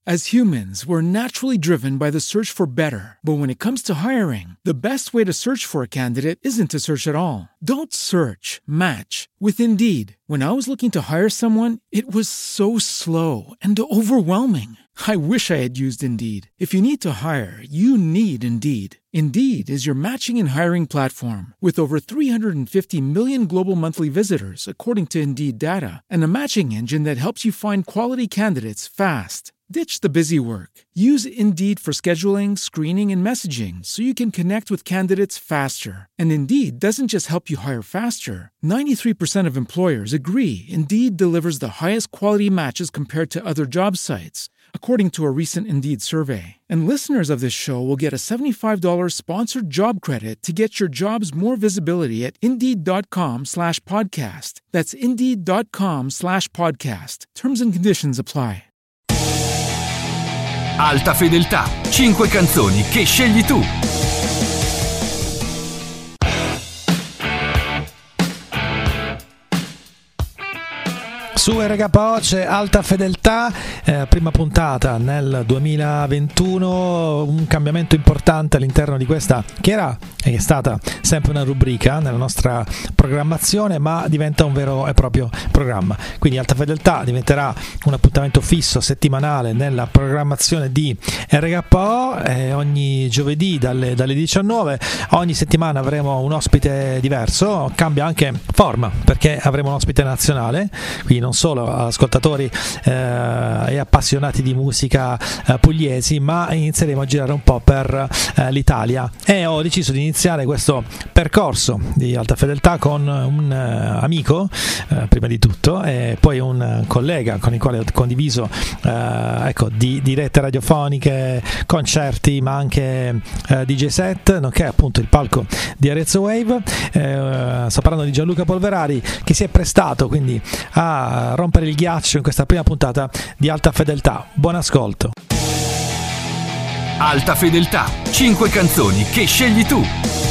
As humans, we're naturally driven by the search for better. But when it comes to hiring, the best way to search for a candidate isn't to search at all. Don't search, match with Indeed. When I was looking to hire someone, it was so slow and overwhelming. I wish I had used Indeed. If you need to hire, you need Indeed. Indeed is your matching and hiring platform with over 350 million global monthly visitors, according to Indeed data, and a matching engine that helps you find quality candidates fast. Ditch the busy work. Use Indeed for scheduling, screening, and messaging so you can connect with candidates faster. And Indeed doesn't just help you hire faster. 93% of employers agree Indeed delivers the highest quality matches compared to other job sites, according to a recent Indeed survey. And listeners of this show will get a $75 sponsored job credit to get your jobs more visibility at Indeed.com/podcast. That's Indeed.com/podcast. Terms and conditions apply. Alta fedeltà, 5 canzoni che scegli tu. Su RKO c'è Alta Fedeltà, prima puntata nel 2021, un cambiamento importante all'interno di questa che era e che è stata sempre una rubrica nella nostra programmazione, ma diventa un vero e proprio programma. Quindi Alta Fedeltà diventerà un appuntamento fisso settimanale nella programmazione di RKO, ogni giovedì dalle 19. Ogni settimana avremo un ospite diverso, cambia anche forma perché avremo un ospite nazionale, quindi non solo ascoltatori e appassionati di musica pugliesi, ma inizieremo a girare un po' per l'Italia, e ho deciso di iniziare questo percorso di Alta Fedeltà con un amico prima di tutto, e poi un collega con il quale ho condiviso di dirette radiofoniche, concerti, ma anche DJ set, nonché appunto il palco di Arezzo Wave. Sto parlando di Gianluca Polverari, che si è prestato quindi a rompere il ghiaccio in questa prima puntata di Alta Fedeltà. Buon ascolto. Alta Fedeltà, 5 canzoni che scegli tu.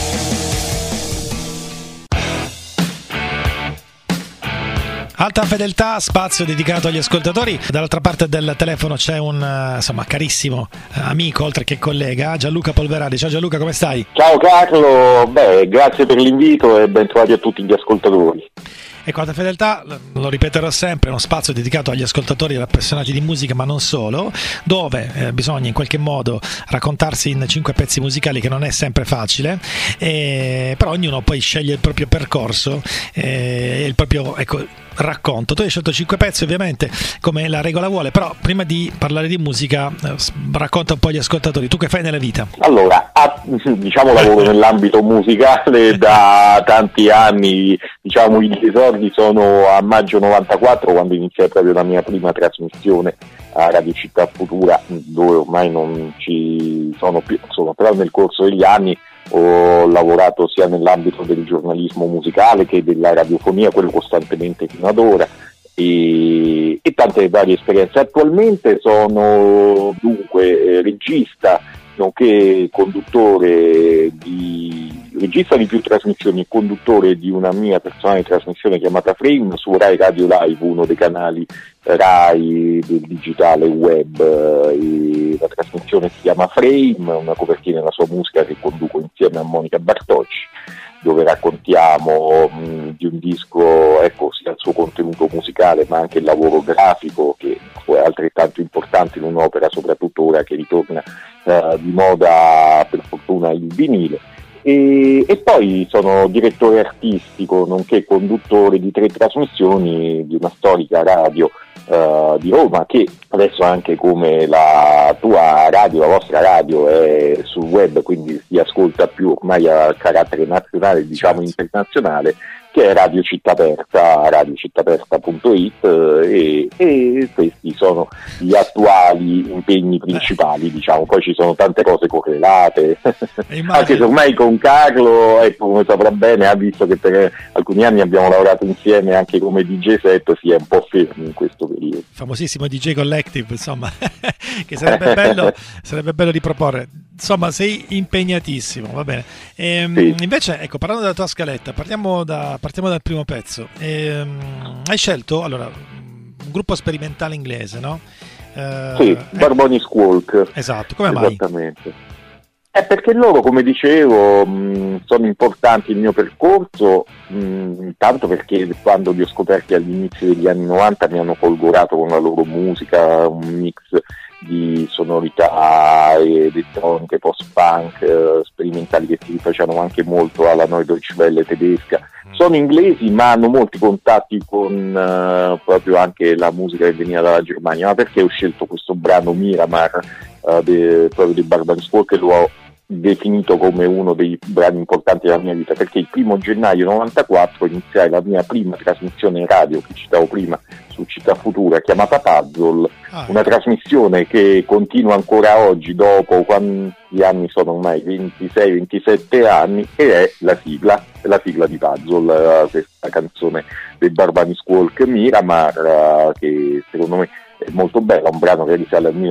Alta Fedeltà, spazio dedicato agli ascoltatori. Dall'altra parte del telefono c'è un carissimo amico, oltre che collega, Gianluca Polverari. Ciao Gianluca, come stai? Ciao Carlo, grazie per l'invito e ben trovati a tutti gli ascoltatori. Ecco, Alta Fedeltà, lo ripeterò sempre, è uno spazio dedicato agli ascoltatori e appassionati di musica, ma non solo, dove bisogna in qualche modo raccontarsi in 5 pezzi musicali, che non è sempre facile, però ognuno poi sceglie il proprio percorso e il proprio racconto. Tu hai scelto 5 pezzi, ovviamente, come la regola vuole, però prima di parlare di musica racconta un po' agli ascoltatori, tu che fai nella vita? Allora, lavoro nell'ambito musicale da tanti anni, gli esordi sono a maggio 94, quando iniziai proprio la mia prima trasmissione a Radio Città Futura, dove ormai non ci sono più, però nel corso degli anni ho lavorato sia nell'ambito del giornalismo musicale che della radiofonia, quello costantemente fino ad ora, e tante varie esperienze. Attualmente sono dunque regista, nonché regista di più trasmissioni e conduttore di una mia personale trasmissione chiamata Frame su Rai Radio Live, uno dei canali Rai del digitale web. La trasmissione si chiama Frame, una copertina della sua musica che conduco insieme a Monica Bartocci, dove raccontiamo di un disco, sia il suo contenuto musicale ma anche il lavoro grafico, che è altrettanto importante in un'opera, soprattutto ora che ritorna di moda per fortuna il vinile. E poi sono direttore artistico nonché conduttore di 3 trasmissioni di una storica radio di Roma, che adesso anche come la tua radio, la vostra radio, è sul web, quindi si ascolta più ormai a carattere nazionale, internazionale, che è Radio Città Aperta, radiocittaperta.it, e questi sono gli attuali impegni principali, poi ci sono tante cose correlate, anche se ormai con Carlo, come saprà bene, ha visto che per alcuni anni abbiamo lavorato insieme anche come DJ set, si è un po' fermi in questo periodo. Famosissimo DJ Collective, insomma, che sarebbe bello riproporre. Insomma, sei impegnatissimo, va bene. Sì. Invece, parlando della tua scaletta, partiamo dal primo pezzo. Hai scelto un gruppo sperimentale inglese, no? Sì, Barboni Squawk. Esatto, come mai? Esattamente. Perché loro, come dicevo, sono importanti nel mio percorso, tanto perché quando li ho scoperti all'inizio degli anni 90 mi hanno folgorato con la loro musica, un mix di sonorità elettroniche, post-punk, sperimentali che si rifacevano anche molto alla Neue Deutsche Welle tedesca. Sono inglesi ma hanno molti contatti con proprio anche la musica che veniva dalla Germania. Ma perché ho scelto questo brano Miramar proprio di Barbani Squawk, che lo ho definito come uno dei brani importanti della mia vita? Perché il 1 gennaio 94 iniziai la mia prima trasmissione radio che citavo prima su Città Futura, chiamata Puzzle, una trasmissione che continua ancora oggi dopo quanti anni sono ormai, 26-27 anni, e è la sigla di Puzzle, questa canzone dei Barbani Squawk, Miramar, che secondo me è molto bella, un brano che risale al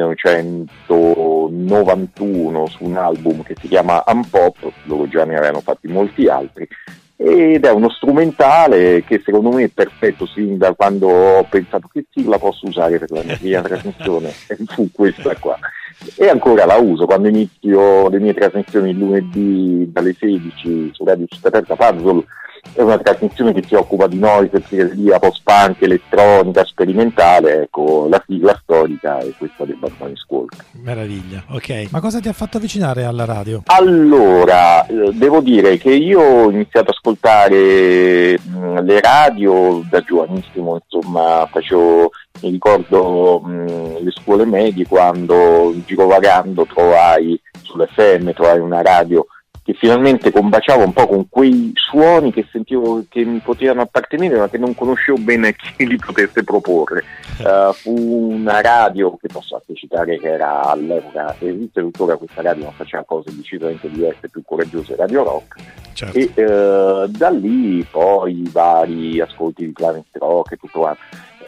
1991 su un album che si chiama Unpop, loro già ne avevano fatti molti altri, ed è uno strumentale che secondo me è perfetto sin da quando ho pensato che sigla posso usare per la mia trasmissione, e fu questa qua. E ancora la uso quando inizio le mie trasmissioni il lunedì dalle 16 su Radio Città Aperta. Puzzle è una trasmissione che si occupa di noise, psichedelia, post-punk, elettronica, sperimentale. Ecco, la sigla storica è questa del Barbani Squawk. Meraviglia, ok. Ma cosa ti ha fatto avvicinare alla radio? Allora, devo dire che io ho iniziato ad ascoltare le radio da giovanissimo, insomma, mi ricordo le scuole medie, quando girovagando trovai sull'FM, trovai una radio che finalmente combaciava un po' con quei suoni che sentivo che mi potevano appartenere ma che non conoscevo bene chi li potesse proporre. Fu una radio che posso anche citare, che era all'epoca, esiste tuttora questa radio, ma faceva cose decisamente diverse, più coraggiose, Radio Rock. Certo. E da lì poi vari ascolti di Planet Rock e tutto quanto.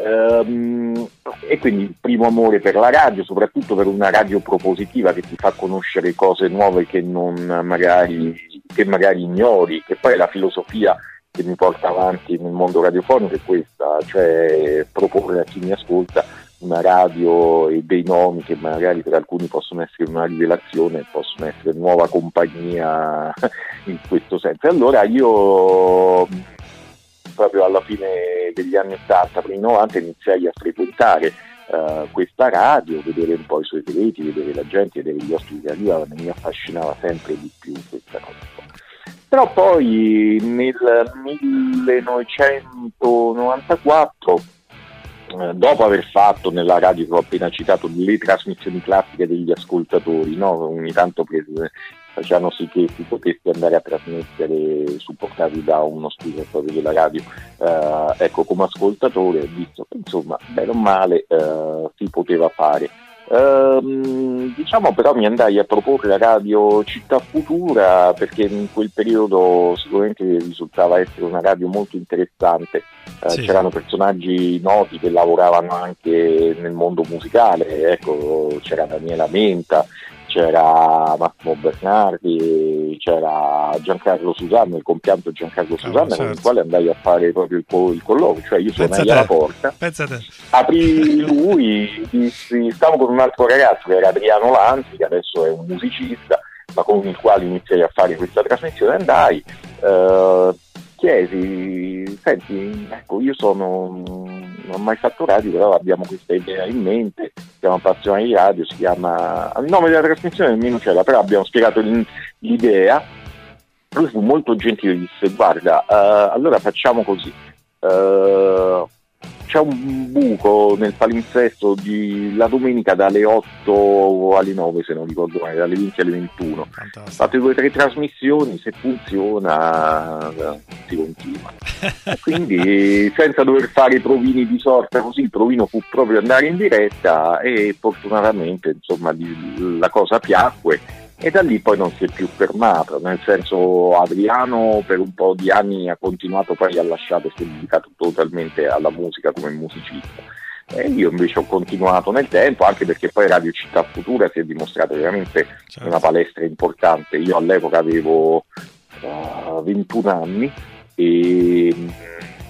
E quindi il primo amore per la radio, soprattutto per una radio propositiva che ti fa conoscere cose nuove che magari ignori, che poi è la filosofia che mi porta avanti nel mondo radiofonico, è questa, cioè proporre a chi mi ascolta una radio e dei nomi che magari per alcuni possono essere una rivelazione, possono essere nuova compagnia in questo senso. E allora io proprio alla fine degli anni 80, primi 90, iniziai a frequentare questa radio, vedere un po' i suoi segreti, vedere la gente, vedere gli ospiti che arrivavano, mi affascinava sempre di più questa cosa qua. Però poi nel 1994, dopo aver fatto nella radio che ho appena citato le trasmissioni classiche degli ascoltatori, no? Ogni tanto facevano sì che si potesse andare a trasmettere supportati da uno speaker proprio della radio, ecco, come ascoltatore ho visto che insomma bene o male si poteva fare. Diciamo però mi andai a proporre la radio Città Futura perché in quel periodo sicuramente risultava essere una radio molto interessante, sì. C'erano personaggi noti che lavoravano anche nel mondo musicale, ecco, c'era Daniela Menta, c'era Massimo Bernardi, c'era Giancarlo Susanna, il compianto Giancarlo Susanna, certo, con il quale andai a fare proprio il colloquio, cioè io suonai alla porta, aprì lui, stavo con un altro ragazzo che era Adriano Lanzi, che adesso è un musicista, ma con il quale iniziai a fare questa trasmissione, andai, chiesi, senti, ecco, io non ho mai fatto radio, però abbiamo questa idea in mente, siamo appassionati di radio, si chiama, il nome della trasmissione nemmeno c'era, però abbiamo spiegato l'idea. Lui fu molto gentile, disse guarda, allora facciamo così, c'è un buco nel palinsesto di la domenica dalle 8 alle 9, se non ricordo male, dalle 20 alle 21. Fantastico. Fate 2 o 3 trasmissioni, se funziona si continua. Quindi senza dover fare i provini di sorta, così il provino fu proprio andare in diretta e fortunatamente insomma la cosa piacque. E da lì poi non si è più fermato, nel senso Adriano per un po' di anni ha continuato, poi ha lasciato e si è dedicato totalmente alla musica come musicista. E io invece ho continuato nel tempo, anche perché poi Radio Città Futura si è dimostrata veramente una palestra importante. Io all'epoca avevo 21 anni e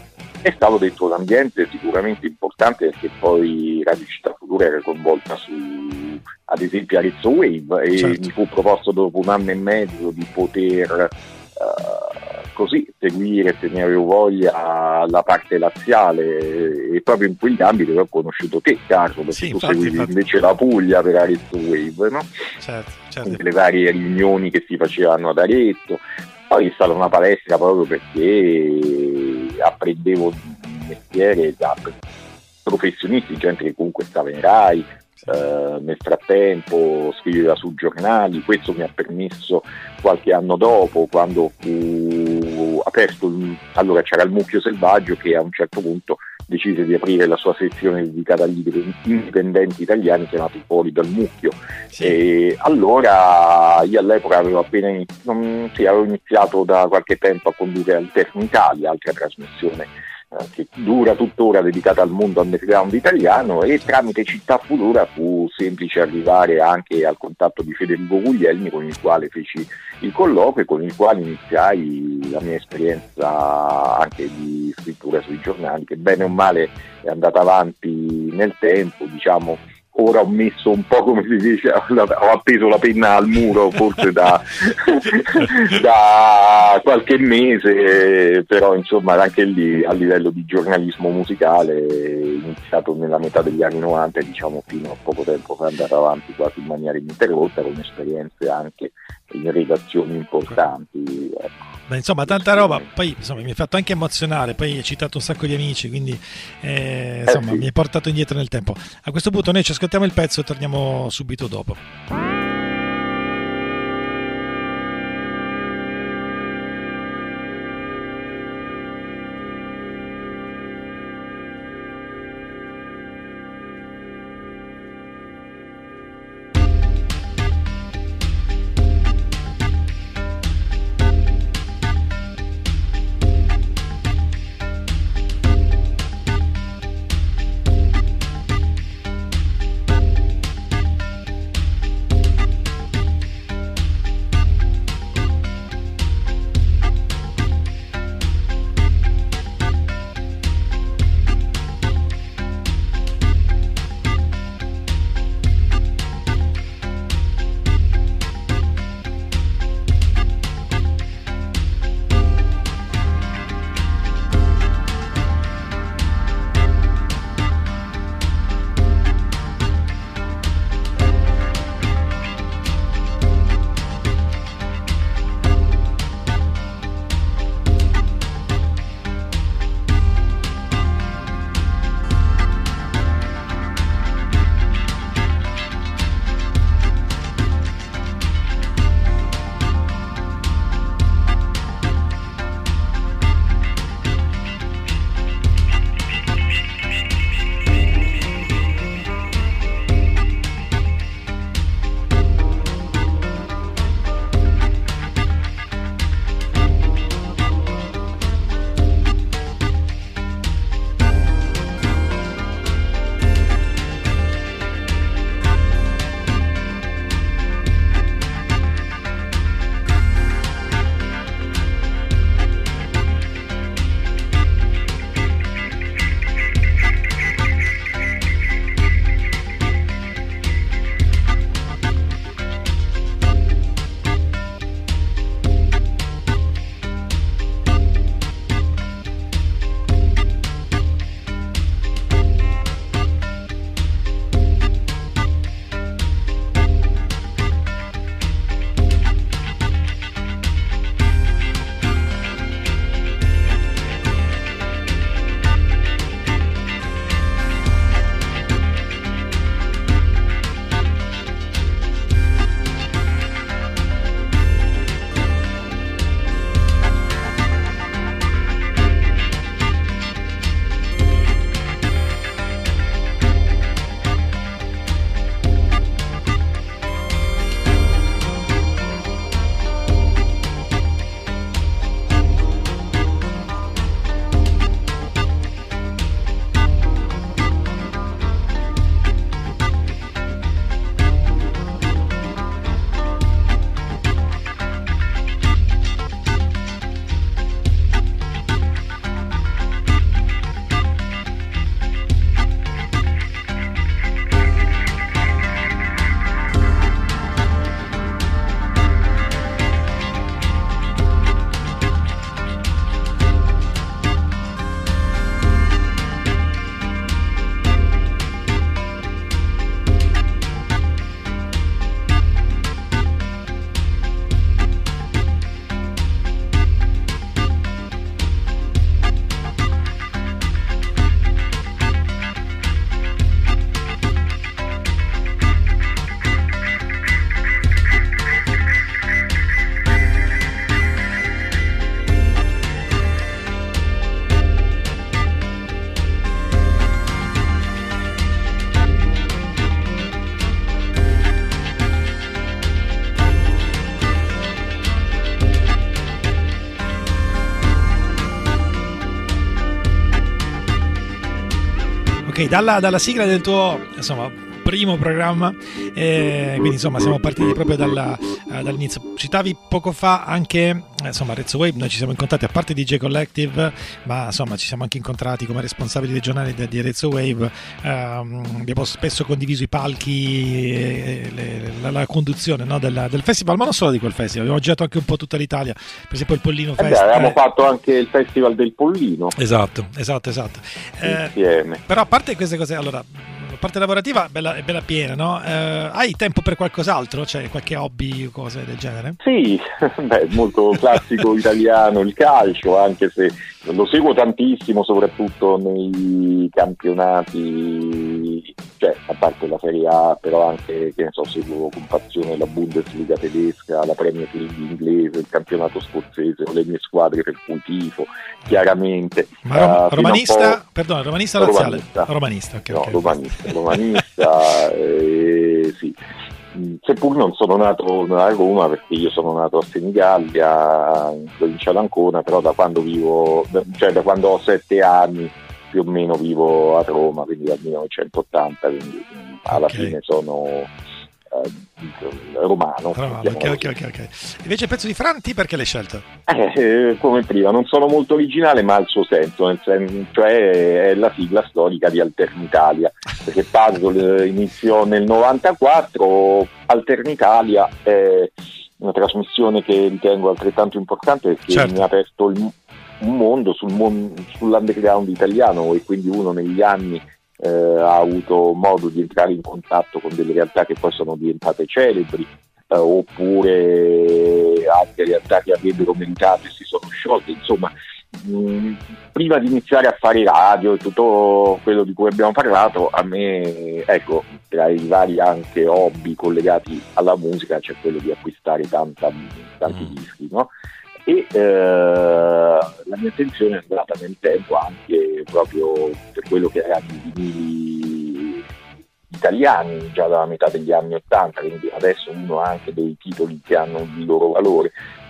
e stavo dentro un ambiente sicuramente importante, perché poi Radio Città Futura era coinvolta su, ad esempio, Arezzo Wave, e certo, mi fu proposto dopo 1 anno e mezzo di poter così seguire, se ne avevo voglia, la parte laziale, e proprio in quegli ambiti ho conosciuto te, Carlo, perché sì, tu infatti, seguivi invece la Puglia per Arezzo Wave, no? certo. Le varie riunioni che si facevano ad Arezzo. Poi è stata una palestra proprio perché apprendevo il mestiere da professionisti, gente che comunque stava in Rai, nel frattempo scriveva su giornali. Questo mi ha permesso qualche anno dopo, quando fu aperto, allora c'era il Mucchio Selvaggio, che a un certo punto decise di aprire la sua sezione dedicata agli indipendenti italiani, chiamati Fuori dal Mucchio. Sì. E allora io all'epoca avevo avevo iniziato da qualche tempo a condurre Alterno Italia, altra trasmissione che dura tuttora, dedicata al mondo underground italiano, e tramite Città Futura fu semplice arrivare anche al contatto di Federico Guglielmi, con il quale feci il colloquio e con il quale iniziai la mia esperienza anche di scrittura sui giornali, che bene o male è andata avanti nel tempo, diciamo. Ora ho messo un po', come si dice, ho appeso la penna al muro forse da qualche mese, però insomma anche lì a livello di giornalismo musicale, iniziato nella metà degli anni 90, diciamo, fino a poco tempo fa, è andato avanti quasi in maniera ininterrotta, con esperienze anche in redazioni importanti, ecco. Beh, insomma, tanta roba. Poi insomma, mi hai fatto anche emozionare. Poi hai citato un sacco di amici, quindi insomma, sì, mi hai portato indietro nel tempo. A questo punto noi ci ascoltiamo il pezzo e torniamo subito dopo. Ok, dalla sigla del tuo, insomma, primo programma, quindi insomma siamo partiti proprio dall'inizio. Citavi poco fa anche insomma Arezzo Wave, noi ci siamo incontrati a parte DJ Collective, ma insomma ci siamo anche incontrati come responsabili regionali di Arezzo Wave, abbiamo spesso condiviso i palchi, la conduzione, no, del festival, ma non solo di quel festival, abbiamo girato anche un po' tutta l'Italia, per esempio il Pollino Festival. Avevamo fatto anche il Festival del Pollino. Esatto. Insieme. Però a parte queste cose, allora, la parte lavorativa è bella piena, no? Hai tempo per qualcos'altro? C'è qualche hobby o cose del genere? Sì, molto classico italiano il calcio, anche se lo seguo tantissimo, soprattutto nei campionati, cioè a parte la Serie A, però anche, che ne so, seguo con passione la Bundesliga tedesca, la Premier League inglese, il campionato scozzese, le mie squadre per cui tifo, chiaramente. Ma romanista? Perdona, romanista laziale? Romanista, ok. No, okay. Romanista, sì. Seppur non sono nato a Roma, perché io sono nato a Senigallia, in provincia d'Ancona, però da quando ho 7 anni più o meno vivo a Roma, quindi dal 1980, quindi alla fine sono romano. Ok. Invece il pezzo di Franti perché l'hai scelto? Come prima, non sono molto originale, ma ha il suo senso, cioè è la sigla storica di Alternitalia, perché Puzzle iniziò nel 94, Alternitalia è una trasmissione che ritengo altrettanto importante perché mi ha aperto un mondo sull'underground italiano, e quindi uno negli anni ha avuto modo di entrare in contatto con delle realtà che poi sono diventate celebri, oppure altre realtà che avrebbero meritato e si sono sciolte. Insomma, prima di iniziare a fare radio e tutto quello di cui abbiamo parlato, a me, ecco, tra i vari anche hobby collegati alla musica c'è quello di acquistare tanti dischi, no? E la mia attenzione è andata nel tempo anche proprio per quello che erano i vinili italiani già dalla metà degli anni '80, quindi adesso uno ha anche dei titoli che hanno il loro valore.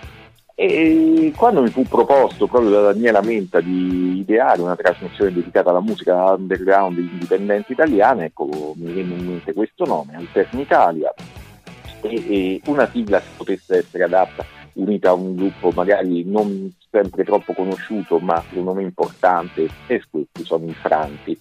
E quando mi fu proposto proprio da Daniela Menta di ideare una trasmissione dedicata alla musica underground indipendente italiana, ecco, mi venne in mente questo nome, Alternitalia, e una sigla che potesse essere adatta, unita a un gruppo magari non sempre troppo conosciuto, ma secondo me importante, e questi sono i Franti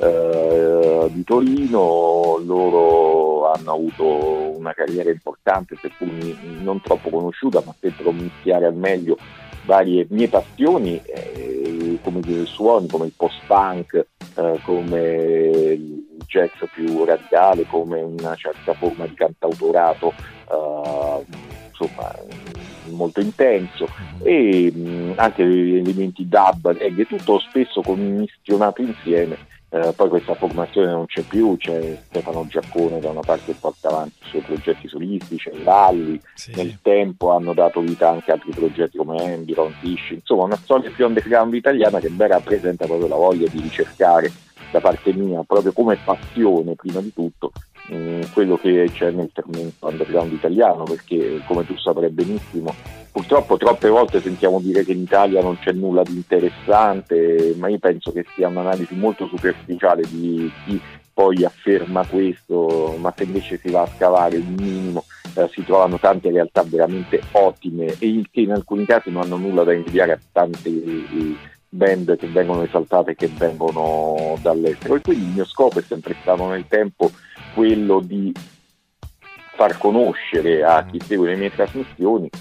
di Torino. Loro hanno avuto una carriera importante, seppur non troppo conosciuta, ma per mischiare al meglio varie mie passioni, come i suoni, come il post-punk, come il jazz più radicale, come una certa forma di cantautorato, insomma, molto intenso, e anche elementi dub, reggae, tutto spesso commissionato insieme. Poi questa formazione non c'è più, c'è Stefano Giaccone da una parte che porta avanti i suoi progetti solistici, Valli, nel tempo hanno dato vita anche a altri progetti come Environ, Fish, insomma una storia più underground italiana che ben rappresenta proprio la voglia di ricercare da parte mia, proprio come passione prima di tutto, quello che c'è nel fermento underground italiano, perché come tu saprai benissimo, purtroppo troppe volte sentiamo dire che in Italia non c'è nulla di interessante, ma io penso che sia un'analisi molto superficiale di chi poi afferma questo, ma se invece si va a scavare un minimo si trovano tante realtà veramente ottime e che in alcuni casi non hanno nulla da invidiare a tante band che vengono esaltate, che vengono dall'estero. E quindi il mio scopo è sempre stato nel tempo quello di far conoscere a chi segue le mie trasmissioni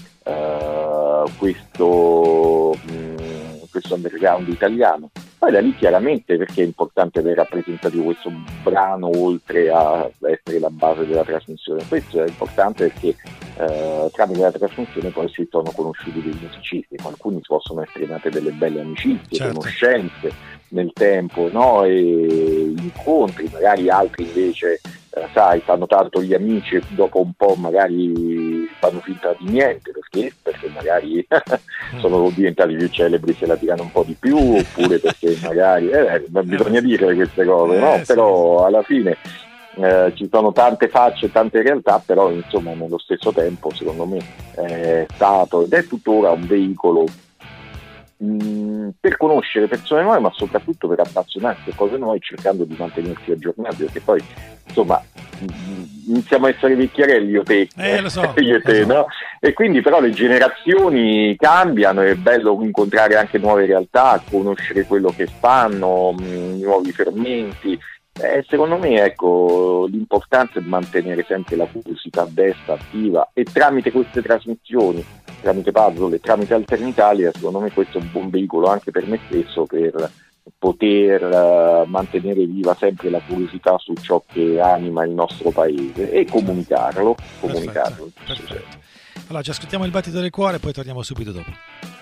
questo underground italiano. Poi da lì chiaramente, perché è importante aver rappresentativo questo brano, oltre a essere la base della trasmissione, questo è importante perché tramite la trasmissione poi si sono conosciuti dei musicisti, alcuni si possono essere nate delle belle amicizie, conoscenze nel tempo, no? E incontri, magari altri invece fanno tanto gli amici e dopo un po' magari fanno finta di niente perché magari sono diventati più celebri, se la tirano un po' di più, oppure perché magari bisogna dire queste cose, no? Però alla fine ci sono tante facce, tante realtà, però insomma nello stesso tempo secondo me è stato ed è tuttora un veicolo per conoscere persone nuove, ma soprattutto per appassionarsi a cose nuove, cercando di mantenersi aggiornati, perché poi insomma iniziamo a essere vecchiarelli, io te, lo so, io e te, lo so. no? E quindi però le generazioni cambiano, è bello incontrare anche nuove realtà, conoscere quello che fanno, nuovi fermenti. Secondo me, ecco, l'importante è mantenere sempre la curiosità a destra, attiva, e tramite queste trasmissioni, tramite Puzzle e tramite Altern Italia, secondo me questo è un buon veicolo anche per me stesso, per poter mantenere viva sempre la curiosità su ciò che anima il nostro paese e comunicarlo. Perfetto. Allora ci ascoltiamo il battito del cuore e poi torniamo subito dopo.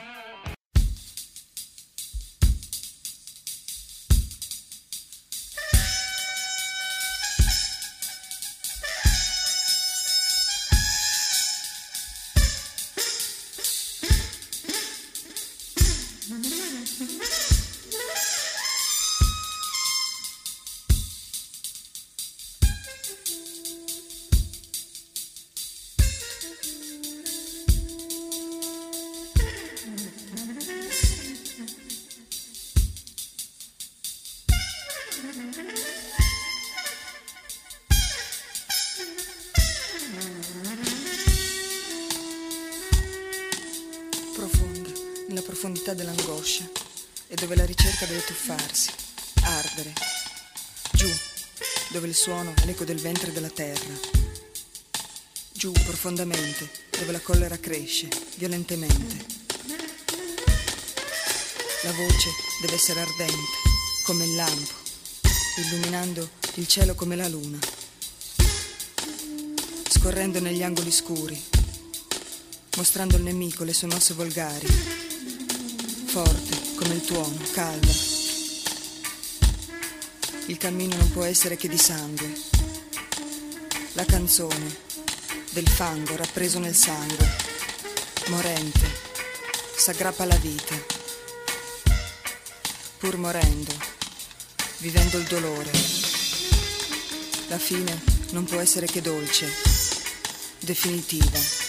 Dell'angoscia e dove la ricerca deve tuffarsi, ardere, giù, dove il suono è l'eco del ventre della terra, giù profondamente, dove la collera cresce violentemente. La voce deve essere ardente, come il lampo, illuminando il cielo come la luna, scorrendo negli angoli scuri, mostrando al nemico le sue mosse volgari, forte come il tuono, calda. Il cammino non può essere che di sangue. La canzone del fango rappreso nel sangue, morente, s'aggrappa alla vita. Pur morendo, vivendo il dolore. La fine non può essere che dolce, definitiva.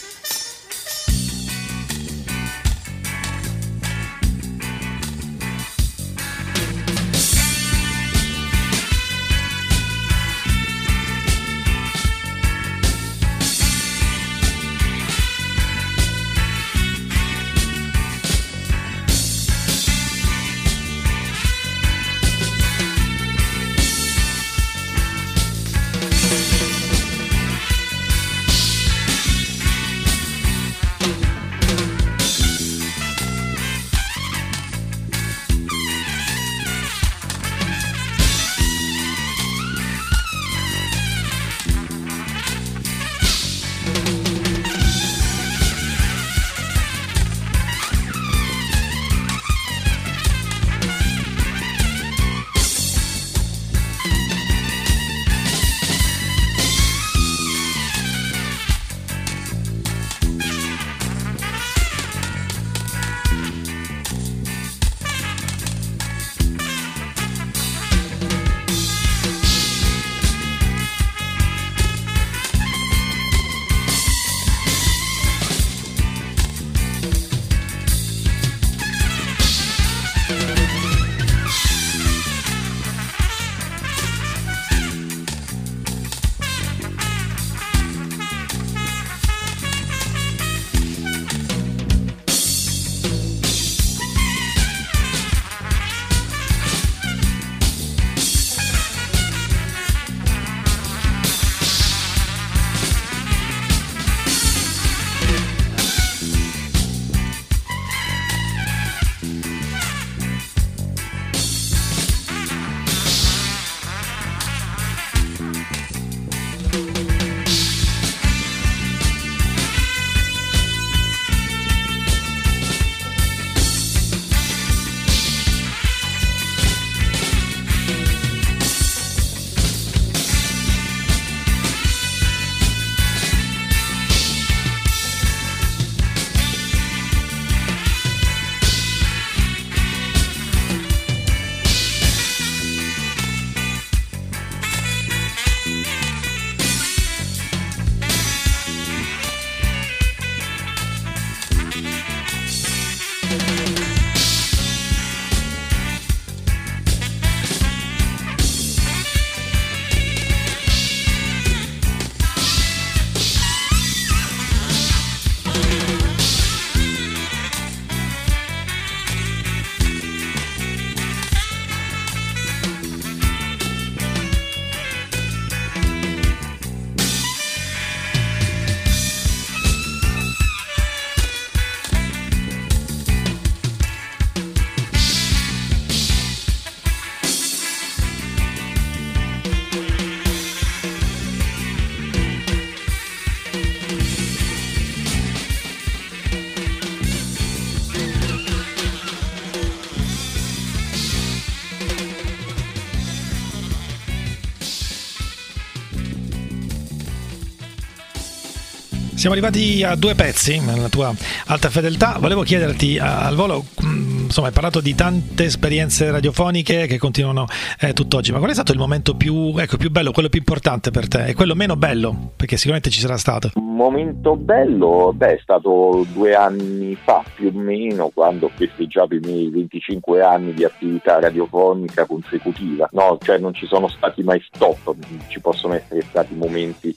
Siamo arrivati a 2 pezzi nella tua alta fedeltà. Volevo chiederti al volo, insomma, hai parlato di tante esperienze radiofoniche che continuano tutt'oggi, ma qual è stato il momento più bello, quello più importante per te, e quello meno bello, perché sicuramente ci sarà stato? Un momento bello, è stato 2 anni fa più o meno, quando ho festeggiato i miei 25 anni di attività radiofonica consecutiva. No, cioè non ci sono stati mai stop, ci possono essere stati momenti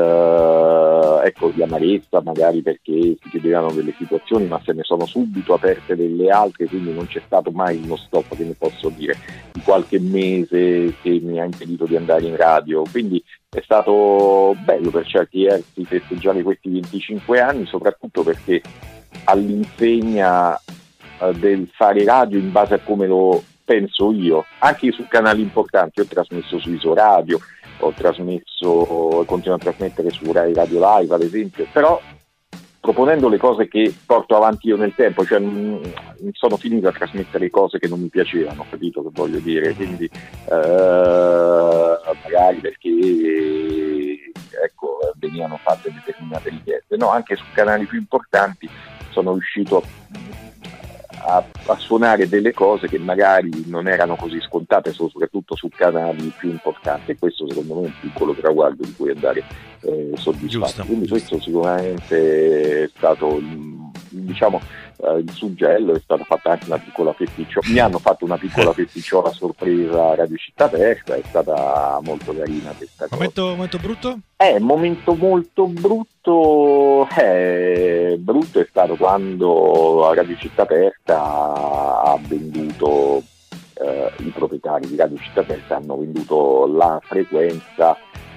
di amarezza, magari perché si chiudevano delle situazioni, ma se ne sono subito aperte delle altre, quindi non c'è stato mai uno stop, che ne posso dire, di qualche mese che mi ha impedito di andare in radio. Quindi è stato bello per certi versi festeggiare questi 25 anni, soprattutto perché all'insegna del fare radio in base a come lo penso io, anche su canali importanti. Ho trasmesso su Isoradio, ho trasmesso, continuo a trasmettere su Rai Radio Live ad esempio, però proponendo le cose che porto avanti io nel tempo, cioè sono finito a trasmettere cose che non mi piacevano, capito che voglio dire? Quindi magari perché venivano fatte determinate richieste. No, anche su canali più importanti sono riuscito a suonare delle cose che magari non erano così scontate, soprattutto su canali più importanti, e questo secondo me è un piccolo traguardo di cui andare soddisfatti. Quindi questo sicuramente è stato il suggello. È stata fatta anche una piccola festicciona, mi hanno fatto una piccola festicciona sorpresa a Radio Città Aperta, è stata molto carina questa cosa. Momento brutto? Momento molto brutto è stato quando a Radio Città Aperta ha venduto, i proprietari di Radio Città Aperta hanno venduto la frequenza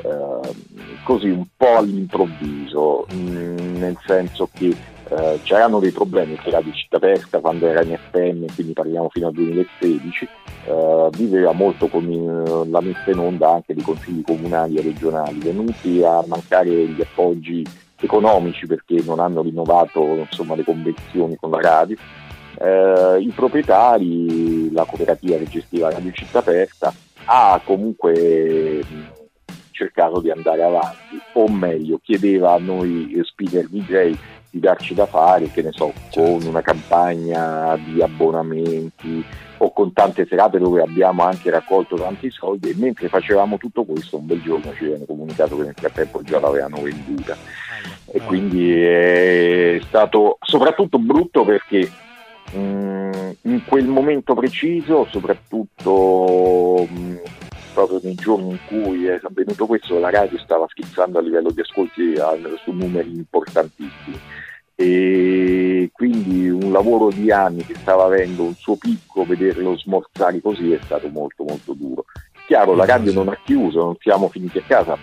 così un po' all'improvviso, nel senso che c'erano dei problemi che Radio Città Aperta, quando era in FM, quindi parliamo fino al 2016, viveva molto con la messa in onda anche dei consigli comunali e regionali, venuti a mancare gli appoggi economici perché non hanno rinnovato le convenzioni con la radio. I proprietari, la cooperativa che gestiva Radio Città Aperta, ha comunque cercato di andare avanti, o meglio chiedeva a noi speaker DJ di darci da fare, che ne so, con una campagna di abbonamenti o con tante serate dove abbiamo anche raccolto tanti soldi, e mentre facevamo tutto questo un bel giorno ci viene comunicato che nel frattempo già l'avevano venduta. E quindi è stato soprattutto brutto perché in quel momento preciso, soprattutto proprio nei giorni in cui è avvenuto questo, la radio stava schizzando a livello di ascolti su numeri importantissimi, e quindi un lavoro di anni che stava avendo un suo picco, vederlo smorzare così è stato molto molto duro. Chiaro, la radio non ha chiuso, non siamo finiti a casa,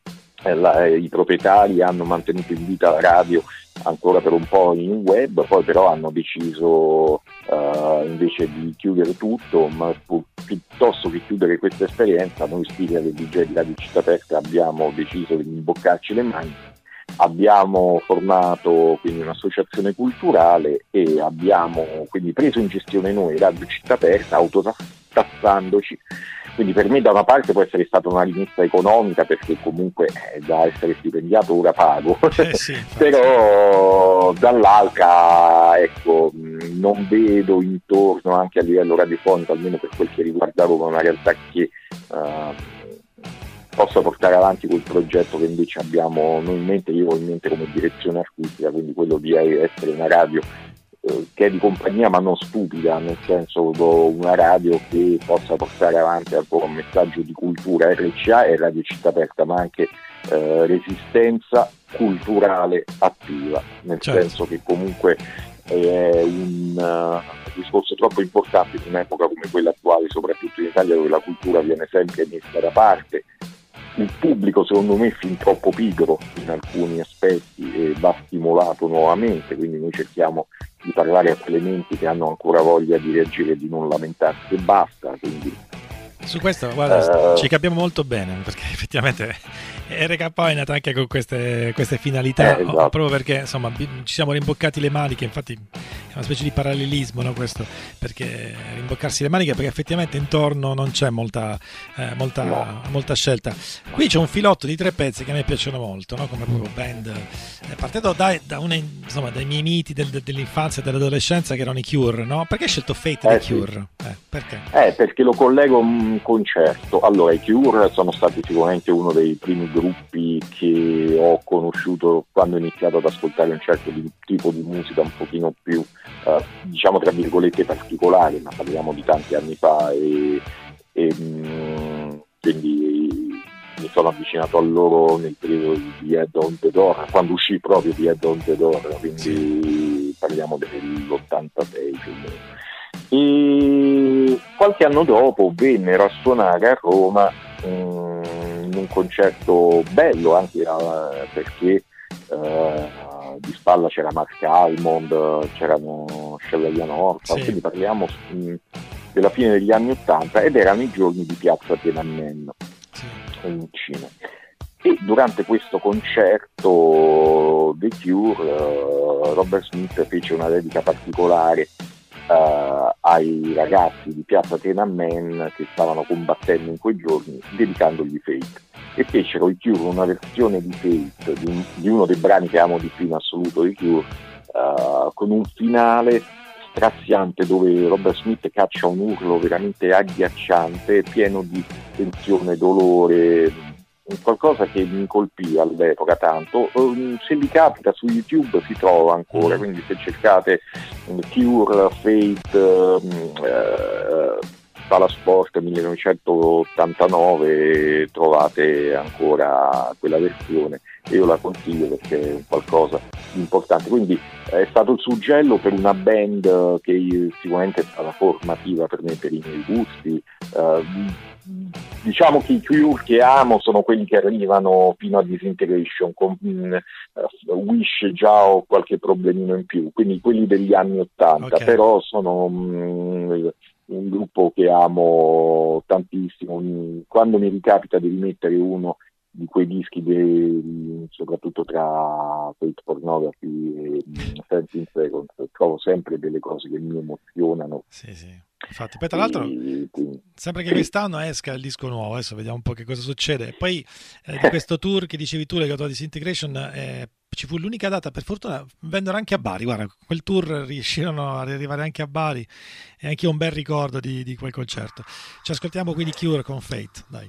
i proprietari hanno mantenuto in vita la radio ancora per un po' in web, poi però hanno deciso invece di chiudere tutto, ma piuttosto che chiudere questa esperienza, noi speaker del DJ di Radio Città Aperta abbiamo deciso di imboccarci le mani, abbiamo formato quindi un'associazione culturale e abbiamo quindi preso in gestione noi Radio Città Aperta, autotassandoci. Quindi per me da una parte può essere stata una rimessa economica, perché comunque da essere stipendiato ora pago, però dall'altra non vedo intorno anche a livello radiofonico, almeno per quel che riguarda Roma, una realtà che possa portare avanti quel progetto che invece abbiamo noi in mente, io ho in mente come direzione artistica, quindi quello di essere una radio che è di compagnia ma non stupida, nel senso una radio che possa portare avanti ancora un messaggio di cultura. RCA è Radio Città Aperta, ma anche resistenza culturale attiva, nel senso che comunque è un discorso troppo importante in un'epoca come quella attuale, soprattutto in Italia, dove la cultura viene sempre messa da parte. Il pubblico secondo me è fin troppo pigro in alcuni aspetti e va stimolato nuovamente, quindi noi cerchiamo di parlare a quelle menti che hanno ancora voglia di reagire e di non lamentarsi e basta. Quindi su questo guarda, ci capiamo molto bene, perché effettivamente RK è nata anche con queste finalità, esatto. Proprio perché insomma ci siamo rimboccati le maniche, infatti una specie di parallelismo, no, questo, perché rimboccarsi le maniche, perché effettivamente intorno non c'è molta scelta. Qui c'è un filotto di 3 pezzi che a me piacciono molto, no, come proprio band, partendo dai miei miti dell'infanzia e dell'adolescenza, che erano i Cure, no? Perché hai scelto Fate dei Cure? Perché? Perché lo collego a un concerto. Allora, i Cure sono stati sicuramente uno dei primi gruppi che ho conosciuto quando ho iniziato ad ascoltare un certo tipo di musica un pochino più, diciamo tra virgolette, particolare, ma parliamo di tanti anni fa, e quindi mi sono avvicinato a loro nel periodo di Head on the Door, quando uscì proprio di Head on the Door, quindi parliamo dell'86 più o meno. E qualche anno dopo vennero a suonare a Roma in un concerto bello, anche perché di spalla c'era Mark Almond, c'erano Shelley Norton, quindi parliamo della fine degli anni '80, ed erano i giorni di Piazza Tiananmen in Cina. E durante questo concerto dei Cure, Robert Smith fece una dedica particolare ai ragazzi di Piazza Tiananmen che stavano combattendo in quei giorni, dedicandogli Fate, e fecero i Cure una versione di Fate di uno dei brani che amo di più in assoluto di Cure, con un finale straziante dove Robert Smith caccia un urlo veramente agghiacciante, pieno di tensione, dolore, qualcosa che mi colpì all'epoca tanto. Se vi capita, su YouTube si trova ancora, quindi se cercate Cure, Fate, Sala Sport 1989, trovate ancora quella versione, e io la consiglio perché è qualcosa di importante. Quindi è stato il suggello per una band che sicuramente è stata formativa per me, per i miei gusti. Diciamo che i Cure che amo sono quelli che arrivano fino a Disintegration, con Wish già ho qualche problemino in più, quindi quelli degli anni '80, però sono un gruppo che amo tantissimo. Quando mi ricapita di rimettere uno di quei dischi soprattutto tra Fate Pornography e 17 Seconds, trovo sempre delle cose che mi emozionano. Sì. Infatti, poi tra l'altro sempre che quest'anno esca il disco nuovo, adesso vediamo un po' che cosa succede. E poi di questo tour che dicevi tu legato a Disintegration, ci fu l'unica data, per fortuna vennero anche a Bari, guarda, quel tour riuscirono ad arrivare anche a Bari, e anche io ho un bel ricordo di quel concerto. Ci ascoltiamo quindi Cure con Fate, dai.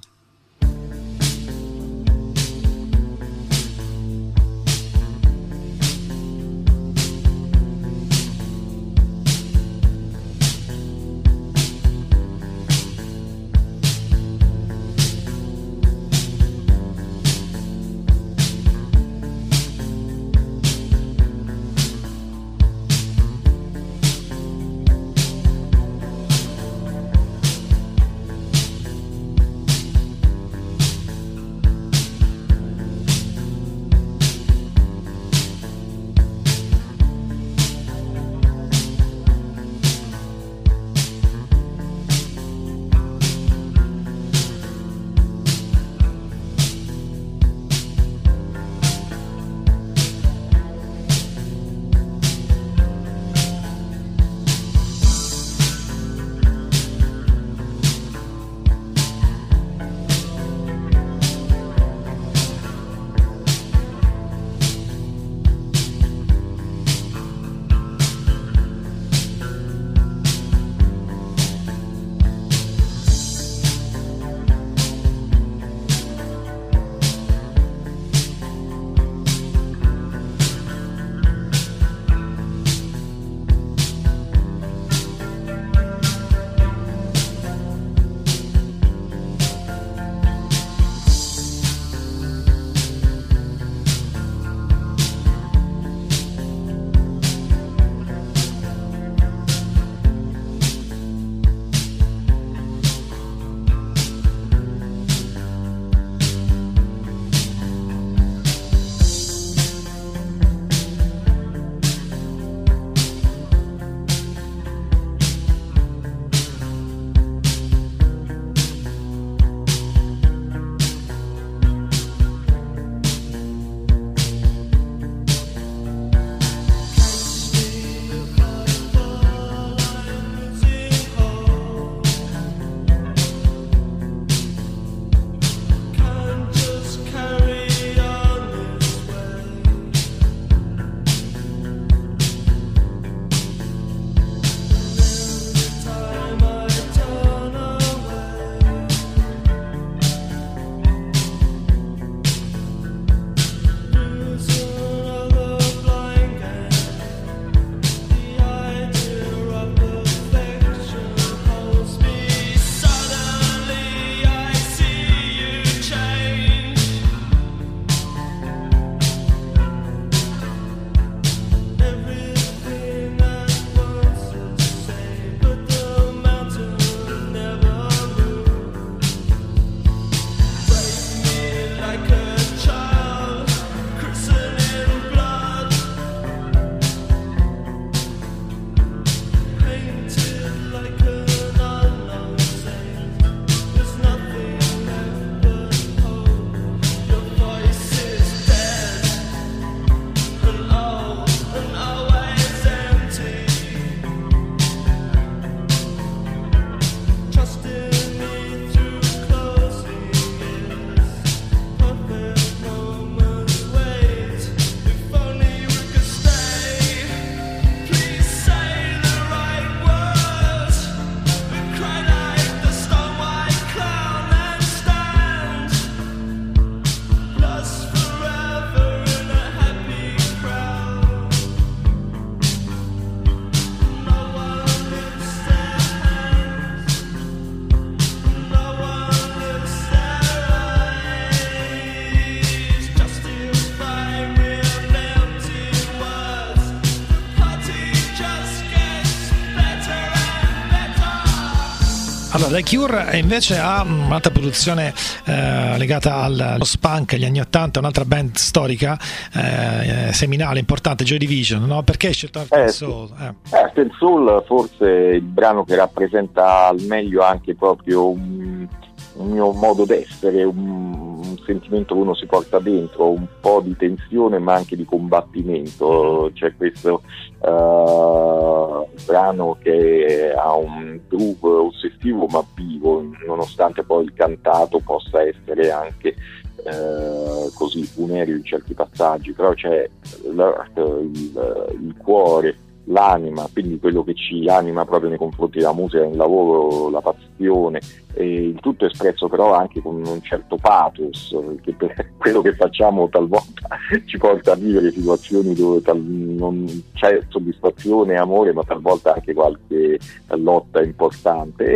The Cure invece ha un'altra produzione legata allo spunk agli anni 80, un'altra band storica seminale, importante, Joy Division, no? Perché hai scelto Heart and Soul? Heart and Soul forse è il brano che rappresenta al meglio anche proprio un mio modo d'essere, un sentimento che uno si porta dentro, un po' di tensione ma anche di combattimento. C'è questo brano che ha un groove ossessivo ma vivo, nonostante poi il cantato possa essere anche così funereo in certi passaggi, però c'è il cuore, l'anima, quindi quello che ci anima proprio nei confronti della musica, nel lavoro, la passione, e il tutto espresso però anche con un certo pathos, che per quello che facciamo talvolta ci porta a vivere situazioni dove non c'è soddisfazione e amore, ma talvolta anche qualche lotta importante,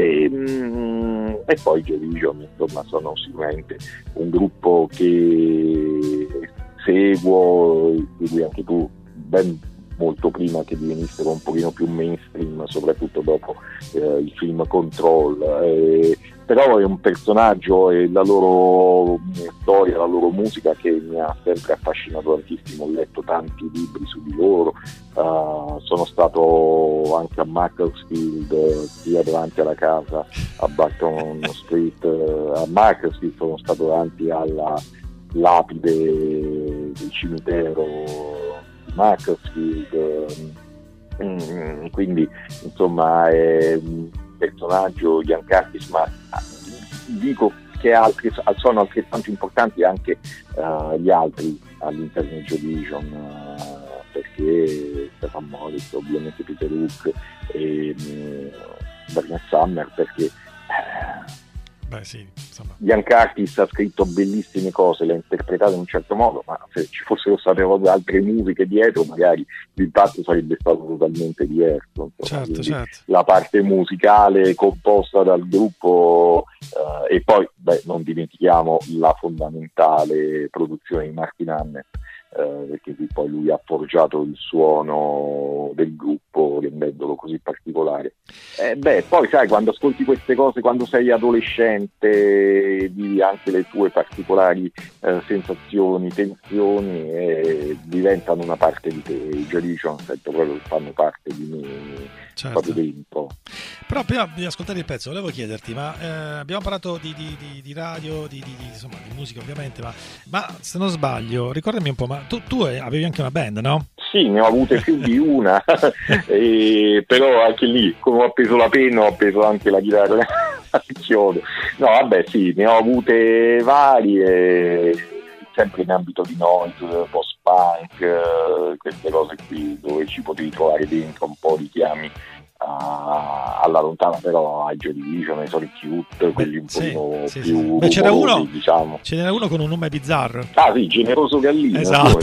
e poi Joy Division, insomma, sono sicuramente un gruppo che seguo, di cui anche tu ben molto prima che divenissero un pochino più mainstream, soprattutto dopo il film Control, però è un personaggio e la loro storia, la loro musica che mi ha sempre affascinato tantissimo. Ho letto tanti libri su di loro, sono stato anche a Macclesfield, sia davanti alla casa a Barton Street, a Macclesfield, sono stato davanti alla lapide del cimitero Macclesfield, quindi insomma è un personaggio Ian Curtis, ma dico che sono altrettanto importanti anche gli altri all'interno di Joy Division, perché Stefan Morris, ovviamente Peter Hook e Bernard Sumner, perché sì, insomma. Ian Curtis ha scritto bellissime cose, le ha interpretate in un certo modo, ma se ci fossero state altre musiche dietro magari l'impatto sarebbe stato totalmente diverso, certo. La parte musicale composta dal gruppo, e poi non dimentichiamo la fondamentale produzione di Martin Hannett, perché qui poi lui ha forgiato il suono del gruppo rendendolo così particolare. Poi sai, quando ascolti queste cose, quando sei adolescente, vivi anche le tue particolari sensazioni, tensioni, diventano una parte di te. I Joy Division proprio fanno parte di me, certo, proprio dentro. Però prima di ascoltare il pezzo volevo chiederti, ma abbiamo parlato di radio, insomma, di musica ovviamente, ma se non sbaglio, ricordami un po', ma tu avevi anche una band, no? Sì, ne ho avute più di una, però anche lì, come ho appeso la penna, ho appeso anche la chitarra al chiodo. No, vabbè, sì, ne ho avute varie, sempre in ambito di noise, post-punk, queste cose qui, dove ci potevi trovare dentro un po' richiami alla lontana, però ai Joy Division, ai Sonic Youth, quelli un po' più c'era rumorosi, diciamo. Ce n'era uno con un nome bizzarro. Ah sì, Generoso Gallino. Esatto.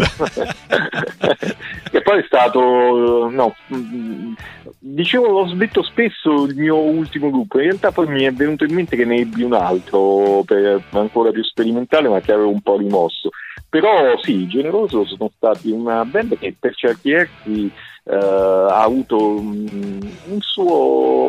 Che poi è stato, dicevo, l'ho detto spesso, il mio ultimo gruppo. In realtà poi mi è venuto in mente che ne ebbi un altro ancora più sperimentale, ma che avevo un po' rimosso. Però sì, Generoso sono stati una band che per certi versi ha avuto un suo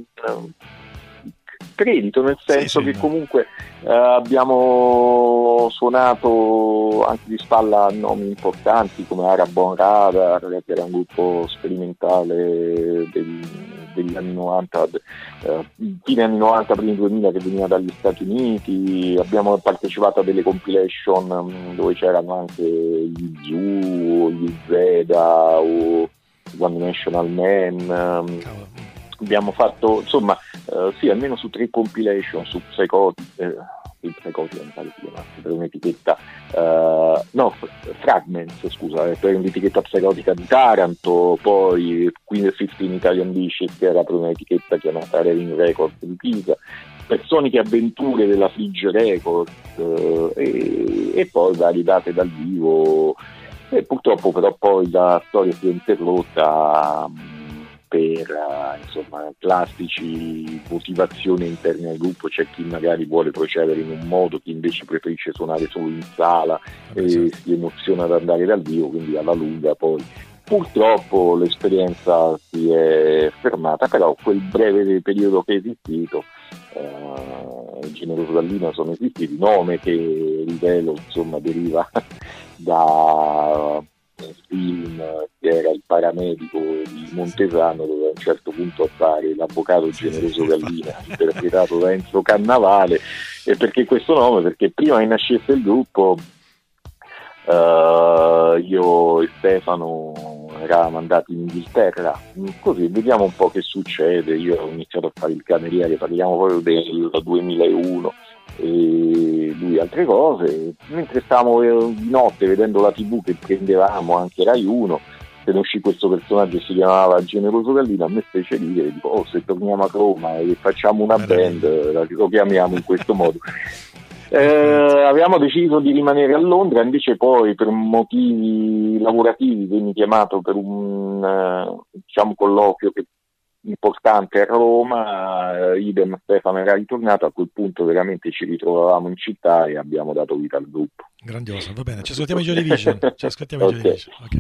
credito, nel senso che comunque abbiamo suonato anche di spalla a nomi importanti come Arabon Radar, che era un gruppo sperimentale degli anni 90, fine anni 90, primi 2000, che veniva dagli Stati Uniti. Abbiamo partecipato a delle compilation dove c'erano anche gli Zoo, gli Zeda o One Dimensional Man. Abbiamo fatto, insomma, sì, almeno su 3 compilation, su Psychotic, il Psychotic si chiamasse, per un'etichetta, Fragments, scusa, per un'etichetta psicotica di Taranto, poi Queen of 15 Italian Dishes, che era per un'etichetta chiamata Raving Records di Pisa, Personiche Avventure della Fridge Records, e poi varie date dal vivo, e purtroppo però poi la storia si è interrotta per insomma classici motivazioni interne al gruppo. C'è chi magari vuole procedere in un modo, chi invece preferisce suonare solo in sala e si emoziona ad andare dal vivo, quindi alla lunga poi purtroppo l'esperienza si è fermata, però quel breve periodo che è esistito Generoso Gallina sono esistiti, nome che rivelo insomma deriva da un film che era Il paramedico di Montesano, dove a un certo punto appare l'avvocato Generoso Gallina, interpretato da Enzo Cannavale. E perché questo nome? Perché prima che nascesse il gruppo io e Stefano eravamo andati in Inghilterra, così vediamo un po' che succede. Io ho iniziato a fare il cameriere, parliamo proprio del 2001, e lui altre cose. Mentre stavamo di notte vedendo la TV che prendevamo, anche Rai 1, se ne uscì questo personaggio che si chiamava Generoso Gallina, a me fece ridere, dico se torniamo a Roma e facciamo una band lo chiamiamo in questo modo. Abbiamo deciso di rimanere a Londra, invece poi per motivi lavorativi venne chiamato per un colloquio importante a Roma, idem Stefano era ritornato, a quel punto veramente ci ritrovavamo in città e abbiamo dato vita al gruppo. Grandioso, va bene, ci ascoltiamo i Joy Division. Okay. Okay.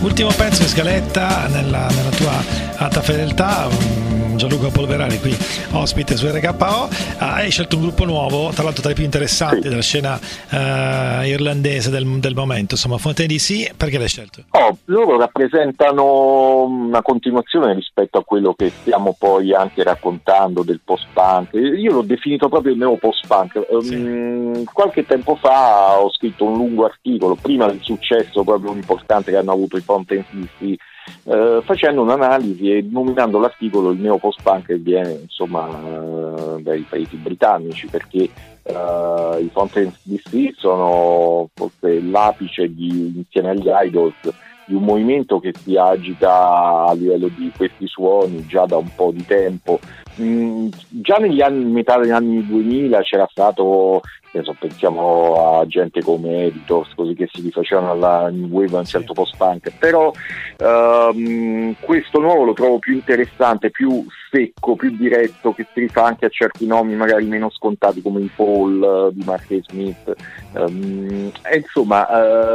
Ultimo pezzo in scaletta nella tua alta fedeltà. Gianluca Polverari qui ospite su RKO. Hai scelto un gruppo nuovo, tra l'altro tra i più interessanti della scena irlandese del momento, insomma, Fontaine DC. Perché l'hai scelto? Loro rappresentano una continuazione rispetto a quello che stiamo poi anche raccontando del post-punk. Io l'ho definito proprio il neo post-punk. Qualche tempo fa ho scritto un lungo articolo, prima del successo proprio importante che hanno avuto i Fontaine DC, facendo un'analisi e nominando l'articolo il neo post-punk che viene insomma dai paesi britannici, perché i Fontaine DC sono forse l'apice insieme agli Idols di un movimento che si agita a livello di questi suoni già da un po' di tempo. Già metà degli anni 2000 c'era stato, pensiamo a gente come Editors, così, che si rifacevano alla New Wave, a un certo post-punk, però questo nuovo lo trovo più interessante, più secco, più diretto, che si rifà anche a certi nomi magari meno scontati come i Fall di Mark Smith, e insomma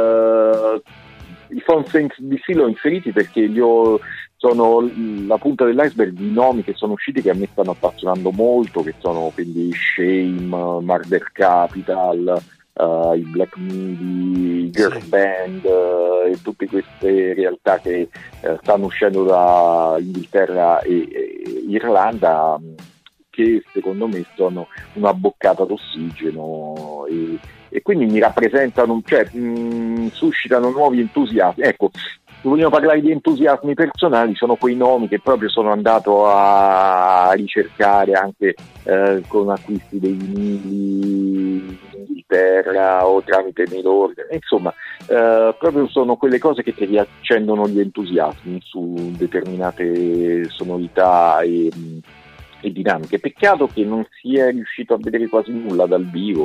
i Fontaine DC l'ho inseriti perché sono la punta dell'iceberg di nomi che sono usciti, che a me stanno appassionando molto, che sono quindi Shame, Murder Capital, i Black Midi, i Girl Band, e tutte queste realtà che stanno uscendo da Inghilterra e Irlanda, che secondo me sono una boccata d'ossigeno e quindi mi rappresentano, suscitano nuovi entusiasmi. Ecco, se vogliamo parlare di entusiasmi personali, sono quei nomi che proprio sono andato a ricercare anche con acquisti dei vinili in Inghilterra o tramite mail order. Insomma, proprio sono quelle cose che ti riaccendono gli entusiasmi su determinate sonorità e dinamiche. Peccato che non si è riuscito a vedere quasi nulla dal vivo,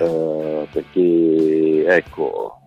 perché ecco,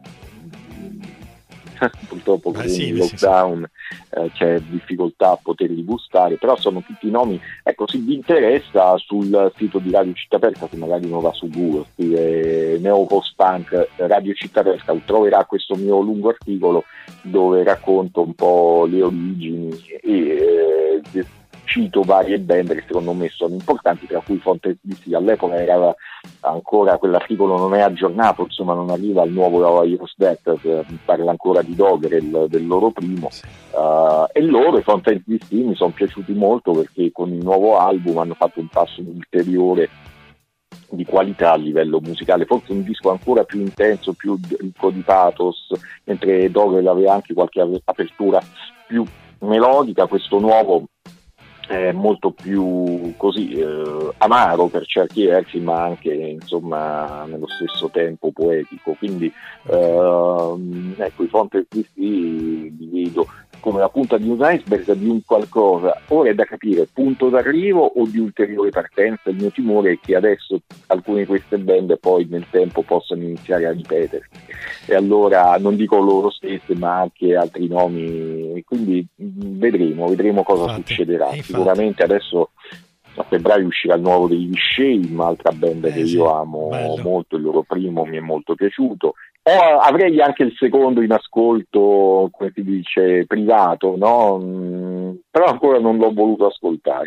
purtroppo con il lockdown c'è difficoltà a poterli gustare, però sono tutti nomi. Ecco, se vi interessa, sul sito di Radio Città Aperta, se magari uno va su Google, scrive Neo Post Punk Radio Città Aperta, troverà questo mio lungo articolo dove racconto un po' le origini e cito varie band che secondo me sono importanti, tra cui Fontaine DC. All'epoca era ancora, quell'articolo non è aggiornato, insomma non arriva al nuovo Heroes Death, parla ancora di Doggerel, del loro primo, e loro, i Fontaine DC, mi sono piaciuti molto perché con il nuovo album hanno fatto un passo ulteriore di qualità a livello musicale, forse un disco ancora più intenso, più ricco di pathos, mentre Doggerel aveva anche qualche apertura più melodica. Questo nuovo è molto più così amaro per certi versi, ma anche insomma nello stesso tempo poetico. Quindi ecco, i Fontaine DC li vedo come la punta di un iceberg, di un qualcosa. Ora è da capire punto d'arrivo o di ulteriore partenza. Il mio timore è che adesso alcune di queste band poi nel tempo possano iniziare a ripetersi, e allora non dico loro stesse ma anche altri nomi, quindi vedremo cosa succederà. Sicuramente adesso a febbraio uscirà il nuovo degli Shame, altra band che io amo molto, il loro primo mi è molto piaciuto. Avrei anche il secondo in ascolto, come si dice, privato, no? Però ancora non l'ho voluto ascoltare.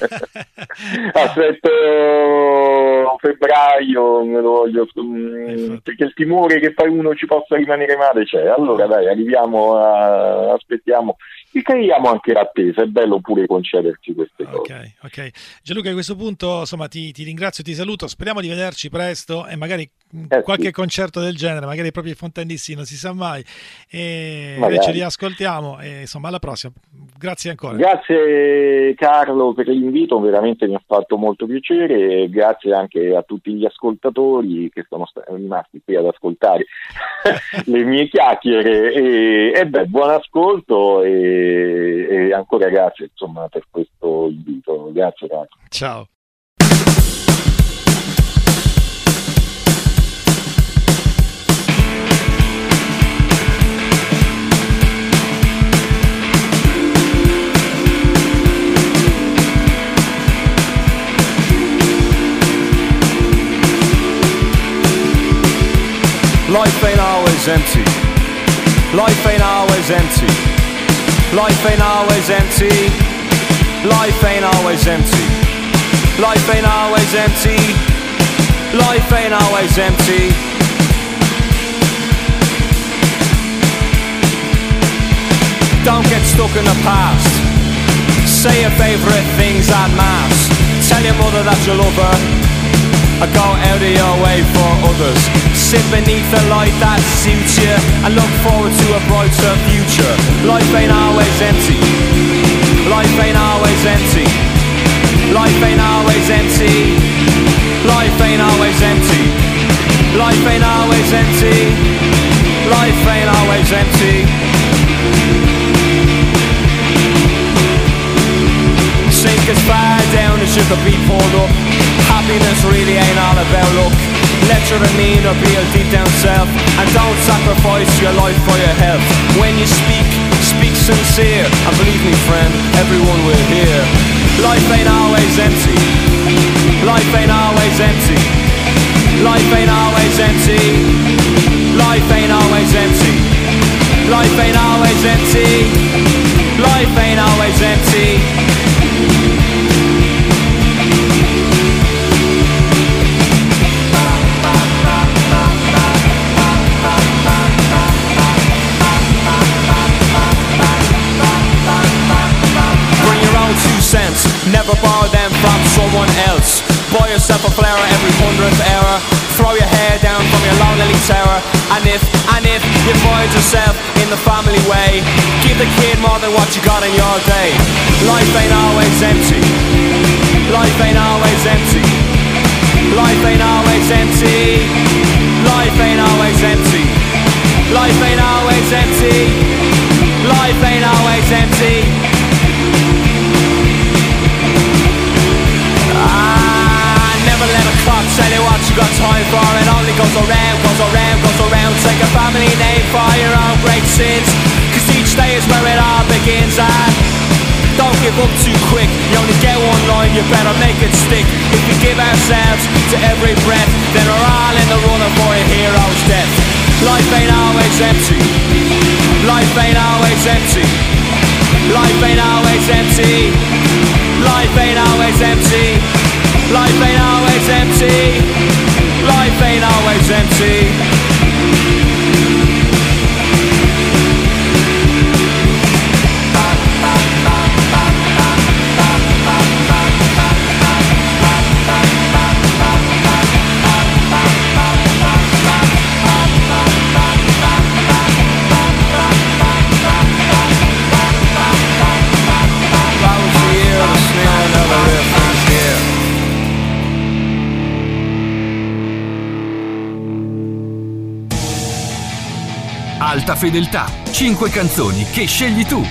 Aspetto febbraio, me lo voglio, perché il timore che poi uno ci possa rimanere male c'è. Allora dai, aspettiamo, e creiamo anche l'attesa. È bello pure concederci queste cose. Ok. Gianluca, a questo punto insomma ti ringrazio, ti saluto, speriamo di vederci presto e magari qualche concerto del genere, magari proprio i Fontaine DC, non si sa mai, e ce li ascoltiamo, e insomma alla prossima. Grazie ancora. Grazie Carlo per l'invito, veramente mi ha fatto molto piacere, e grazie anche a tutti gli ascoltatori che sono rimasti qui ad ascoltare le mie chiacchiere, e buon ascolto, e ancora grazie insomma per questo invito. Grazie Carlo. Ciao. Life ain't always empty. Life ain't always empty. Life ain't always empty. Life ain't always empty. Life ain't always empty. Life ain't always empty. Don't get stuck in the past. Say your favourite things en masse. Tell your mother that you love her, or go out of your way for others. Sit beneath the light that suits you and look forward to a brighter future. Life ain't always empty. Life ain't always empty. Life ain't always empty. Life ain't always empty. Life ain't always empty. Life ain't always empty. Sink as far down as you could be pulled up. Happiness really ain't all about luck. Let your demeanor be your deep down self, and don't sacrifice your life for your health. When you speak, speak sincere, and believe me friend, everyone will hear. Life ain't always empty. Life ain't always empty. Life ain't always empty. Life ain't always empty. Life ain't always empty. Life ain't always empty. Cents. Never borrow them from someone else. Buy yourself a flower every 100th hour. Throw your hair down from your lonely terror. And if you find yourself in the family way, give the kid more than what you got in your day. Life ain't always empty. Life ain't always empty. Life ain't always empty. Life ain't always empty. Life ain't always empty. Life ain't always empty. Never let a clock tell you what you got time for. It only goes around, goes around, goes around. Take a family name for your own great sins, cause each day is where it all begins. And don't give up too quick. You only get one line, you better make it stick. If we give ourselves to every breath, then we're all in the running for a hero's death. Life ain't always empty. Life ain't always empty. Life ain't always empty. Life ain't always empty. Life ain't always empty. Life ain't always empty. Alta fedeltà, 5 canzoni che scegli tu.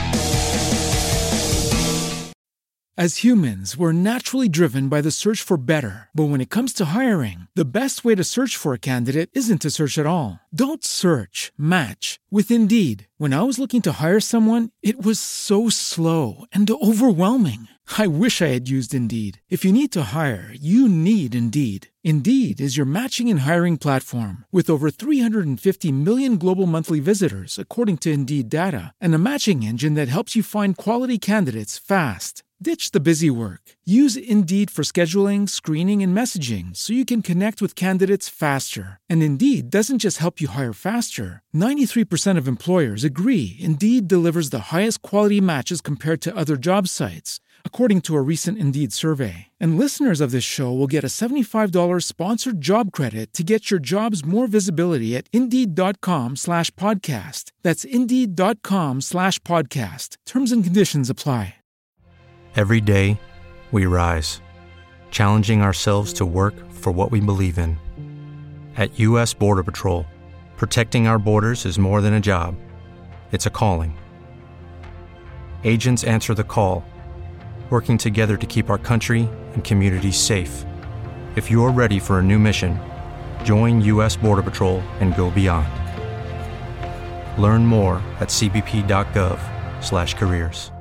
As humans, we're naturally driven by the search for better. But when it comes to hiring, the best way to search for a candidate isn't to search at all. Don't search, match with Indeed. When I was looking to hire someone, it was so slow and overwhelming. I wish I had used Indeed. If you need to hire, you need Indeed. Indeed is your matching and hiring platform with over 350 million global monthly visitors, according to Indeed data, and a matching engine that helps you find quality candidates fast. Ditch the busy work. Use Indeed for scheduling, screening, and messaging so you can connect with candidates faster. And Indeed doesn't just help you hire faster. 93% of employers agree Indeed delivers the highest quality matches compared to other job sites, according to a recent Indeed survey. And listeners of this show will get a $75 sponsored job credit to get your jobs more visibility at Indeed.com/podcast. That's Indeed.com/podcast. Terms and conditions apply. Every day, we rise, challenging ourselves to work for what we believe in. At U.S. Border Patrol, protecting our borders is more than a job. It's a calling. Agents answer the call, working together to keep our country and communities safe. If you're ready for a new mission, join U.S. Border Patrol and go beyond. Learn more at cbp.gov/careers.